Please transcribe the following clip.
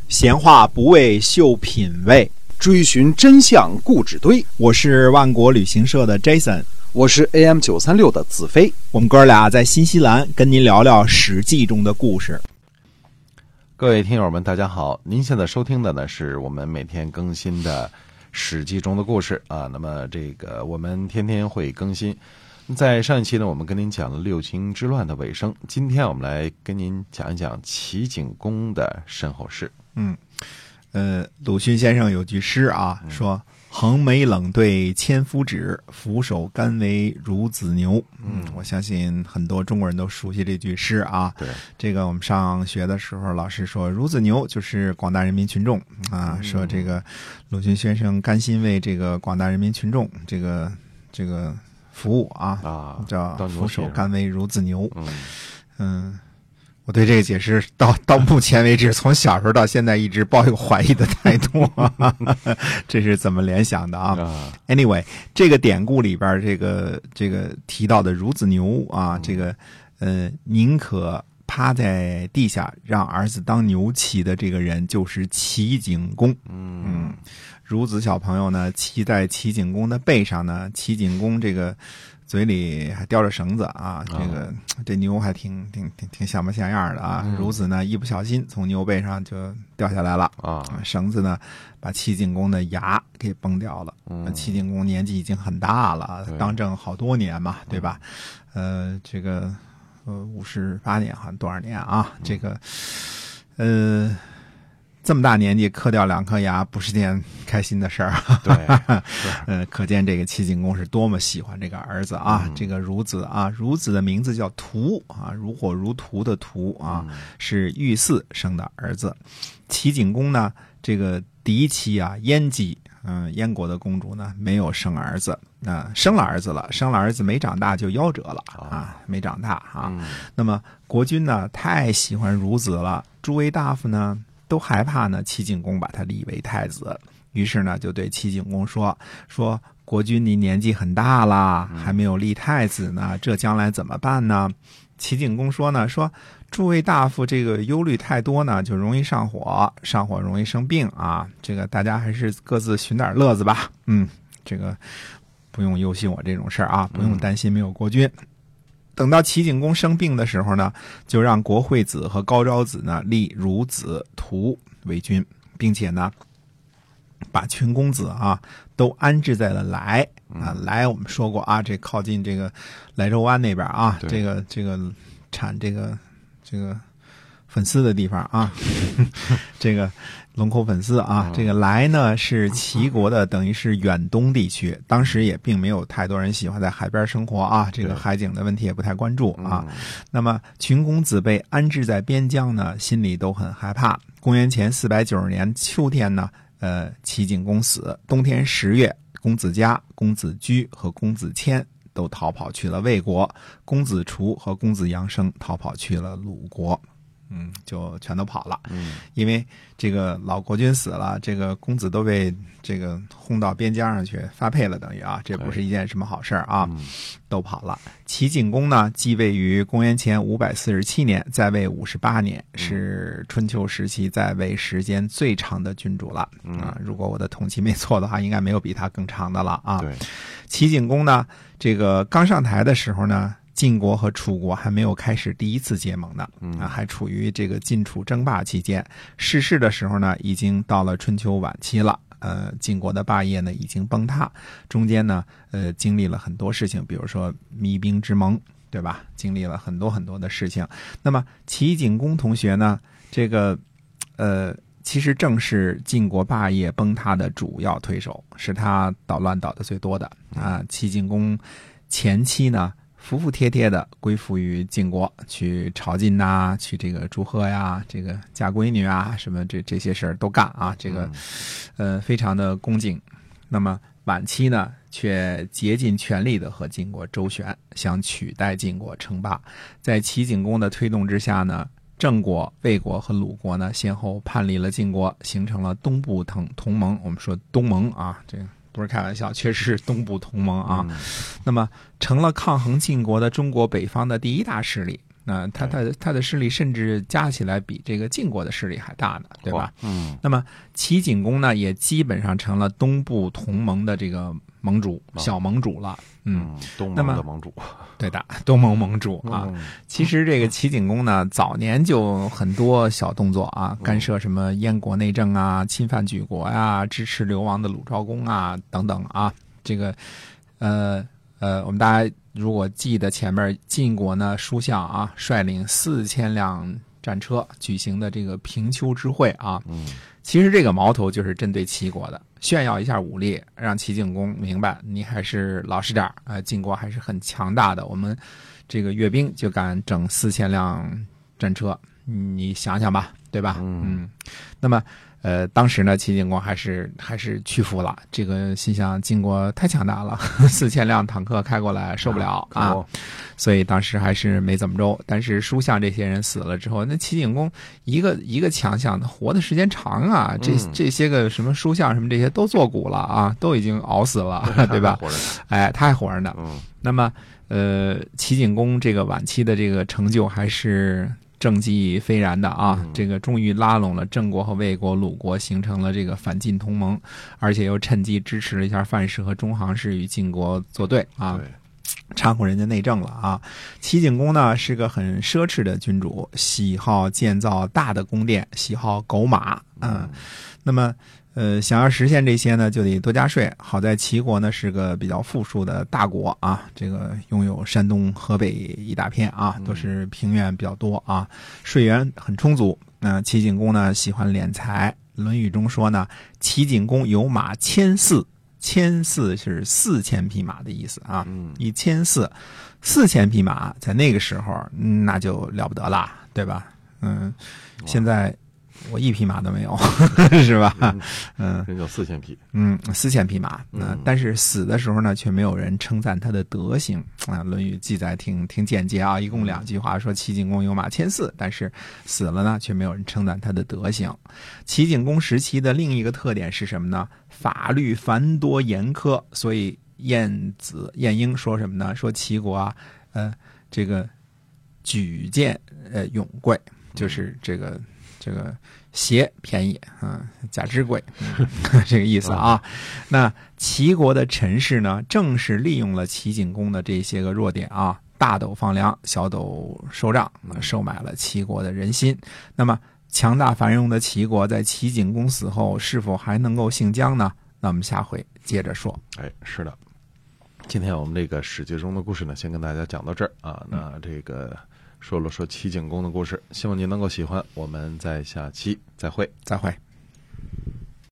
闲话不为秀品味， 追寻真相故纸堆。 我是万国旅行社的 Jason， 我是 AM936 的子飞。 我们哥俩在新西兰跟您聊聊《史记》中的故事。 各位听友们大家好，您现在收听的呢是我们每天更新的《史记》中的故事啊。那么这个我们天天会更新。在上一期呢，我们跟您讲了六经之乱的尾声，今天我们来跟您讲一讲齐景公的身后事。 鲁迅先生有句诗啊，说横眉冷对千夫指，俯首甘为孺子牛。我相信很多中国人都熟悉这句诗啊。 对， 这个我们上学的时候，老师说孺子牛就是广大人民群众啊，说这个鲁迅先生甘心为这个广大人民群众这个服务啊，叫俯首甘为孺子牛。我对这个解释到目前为止，从小时候到现在一直抱有怀疑的态度这是怎么联想的啊 ？Anyway， 这个典故里边这个提到的孺子牛啊，这个宁可趴在地下让儿子当牛骑的这个人就是齐景公。孺子小朋友呢骑在齐景公的背上呢，齐景公这个嘴里还叼着绳子啊，这牛还挺像模像样的啊。孺子呢一不小心从牛背上就掉下来了啊，绳子呢把齐景公的牙给崩掉了。齐景公年纪已经很大了，当政好多年嘛，对吧？这个58年好像多少年啊？这个这么大年纪磕掉2颗牙不是件开心的事儿。对，可见这个齐景公是多么喜欢这个儿子啊。这个孺子啊，孺子的名字叫荼啊，如火如荼的荼啊，是玉嗣生的儿子。齐景公呢，这个嫡妻啊，燕姬，燕国的公主呢，没有生儿子，生了儿子没长大就夭折了啊，没长大啊。那么国君呢，太喜欢孺子了，诸位大夫呢都害怕呢齐景公把他立为太子，于是呢就对齐景公说国君你年纪很大了，还没有立太子呢，这将来怎么办呢？齐景公说诸位大夫这个忧虑太多呢，就容易上火容易生病啊，这个大家还是各自寻点乐子吧。这个不用忧心我这种事儿啊，不用担心没有国君。等到齐景公生病的时候呢，就让国惠子和高昭子呢立孺子荼为君，并且呢把群公子啊都安置在了莱啊。莱我们说过啊，这靠近这个莱州湾那边啊，这个产这个粉丝的地方啊，这个龙口粉丝啊，这个莱呢是齐国的等于是远东地区，当时也并没有太多人喜欢在海边生活啊，这个海景的问题也不太关注啊。那么群公子被安置在边疆呢，心里都很害怕。公元前490年秋天呢，齐景公死，冬天10月，公子嘉、公子居和公子谦都逃跑去了魏国，公子除和公子杨生逃跑去了鲁国。就全都跑了。因为这个老国君死了，这个公子都被这个轰到边疆上去发配了，等于啊，这不是一件什么好事啊。都跑了。齐景公呢，继位于公元前547年，在位58年，是春秋时期在位时间最长的君主了啊。如果我的统计没错的话，应该没有比他更长的了啊。齐景公呢，这个刚上台的时候呢，晋国和楚国还没有开始第一次结盟呢，还处于这个晋楚争霸期间。逝世的时候呢，已经到了春秋晚期了。晋国的霸业呢已经崩塌，中间呢经历了很多事情，比如说弭兵之盟，对吧？经历了很多很多的事情。那么齐景公同学呢，这个其实正是晋国霸业崩塌的主要推手，是他捣乱捣得最多的啊。齐景公前期呢，服服帖帖的归附于晋国，去朝觐呐，去这个祝贺呀，这个嫁闺女啊，什么这些事儿都干啊，这个非常的恭敬。那么晚期呢，却竭尽全力的和晋国周旋，想取代晋国称霸。在齐景公的推动之下呢，郑国、魏国和鲁国呢，先后叛离了晋国，形成了东部同盟。我们说东盟啊，这个不是开玩笑，确实是东部同盟啊。那么成了抗衡晋国的中国北方的第一大势力。 那他的势力甚至加起来比这个晋国的势力还大呢，对吧？那么齐景公呢，也基本上成了东部同盟的这个盟主，小盟主了。 东盟的盟主， 对的，东盟盟主啊。其实这个齐景公呢，早年就很多小动作啊，干涉什么燕国内政啊，侵犯举国啊，支持流亡的鲁昭公啊，等等啊。这个，我们大家如果记得前面晋国呢，叔向啊，率领4000辆战车举行的这个平丘之会啊。其实这个矛头就是针对齐国的，炫耀一下武力，让齐景公明白你还是老实点晋国还是很强大的，我们这个阅兵就敢整4000辆战车，你想想吧，对吧？那么当时呢，齐景公还是屈服了，这个心想晋国太强大了，4000辆坦克开过来受不了啊，所以当时还是没怎么着。但是叔向这些人死了之后，那齐景公一个强项，活的时间长啊，这些个什么叔向什么这些都作古了啊，都已经熬死了，对吧？哎，他还活着呢。那么齐景公这个晚期的这个成就还是政绩斐然的啊，这个终于拉拢了郑国和魏国、鲁国，形成了这个反晋同盟，而且又趁机支持了一下范氏和中行氏与晋国作对啊，掺和人家内政了啊。齐景公呢是个很奢侈的君主，喜好建造大的宫殿，喜好狗马那么想要实现这些呢，就得多加税。好在齐国呢是个比较富庶的大国啊，这个拥有山东、河北一大片啊，都是平原比较多啊，税源很充足。齐景公呢喜欢敛财，《论语》中说呢，齐景公有马1400，是4000匹马的意思啊，1400，4000匹马在那个时候那就了不得了，对吧？现在我1匹马都没有，是吧？ 人有4000匹 ，4000匹马。但是死的时候呢，却没有人称赞他的德行啊。《论语》记载挺简洁啊，一共2句话，说齐景公有马1400，但是死了呢，却没有人称赞他的德行。齐景公时期的另一个特点是什么呢？法律繁多严苛，所以晏婴说什么呢？说齐国啊，这个举荐永贵，就是这个鞋便宜价值贵这个意思啊。那齐国的臣士呢，正是利用了齐景公的这些个弱点啊，大斗放粮，小斗收账，收买了齐国的人心。那么强大繁荣的齐国在齐景公死后是否还能够姓姜呢？那我们下回接着说。 是的，今天我们这个史记中的故事呢，先跟大家讲到这儿啊。那这个说了说齐景公的故事，希望您能够喜欢。我们在下期再会。